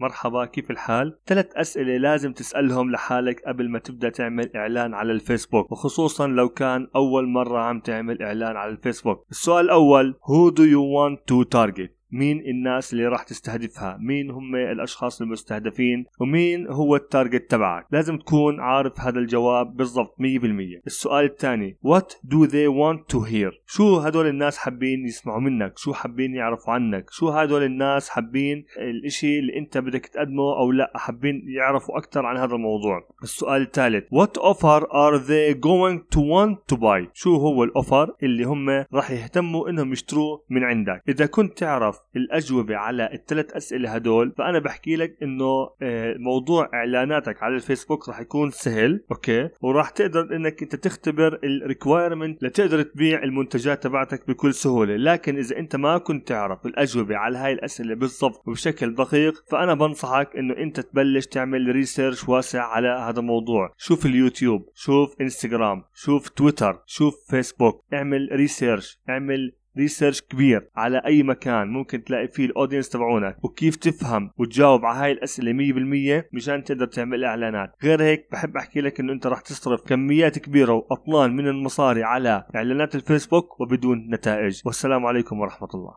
مرحبا كيف الحال؟ 3 أسئلة لازم تسألهم لحالك قبل ما تبدأ تعمل إعلان على الفيسبوك، وخصوصا لو كان أول مرة عم تعمل إعلان على الفيسبوك. السؤال الأول: Who do you want to target؟ مين الناس اللي راح تستهدفها؟ مين هم الأشخاص المستهدفين؟ ومين هو التارجت تبعك؟ لازم تكون عارف هذا الجواب بالضبط 100%. السؤال الثاني: What do they want to hear؟ شو هدول الناس حابين يسمعوا منك؟ شو حابين يعرفوا عنك؟ شو هدول الناس حابين الاشي اللي انت بدك تقدمه او لا حابين يعرفوا اكتر عن هذا الموضوع؟ السؤال الثالث: What offer are they going to want to buy؟ شو هو الأوفر اللي هم راح يهتموا انهم يشتروه من عندك؟ اذا كنت تعرف الأجوبة على ال3 أسئلة هدول، فأنا بحكي لك إنه موضوع إعلاناتك على الفيسبوك راح يكون سهل، أوكي، وراح تقدر إنك أنت تختبر الريكوايرمنت لتقدر تبيع المنتجات تبعتك بكل سهولة. لكن إذا أنت ما كنت تعرف الأجوبة على هاي الأسئلة بالضبط وبشكل دقيق، فأنا بنصحك إنه أنت تبلش تعمل ريسيرش واسع على هذا الموضوع. شوف اليوتيوب، شوف انستغرام، شوف تويتر، شوف فيسبوك، اعمل ريسيرش كبير على اي مكان ممكن تلاقي فيه الاودينس تبعونك، وكيف تفهم وتجاوب على هاي الاسئله 100% مشان تقدر تعمل اعلانات. غير هيك بحب احكي لك انه انت راح تصرف كميات كبيره واطنان من المصاري على اعلانات الفيسبوك وبدون نتائج. والسلام عليكم ورحمه الله.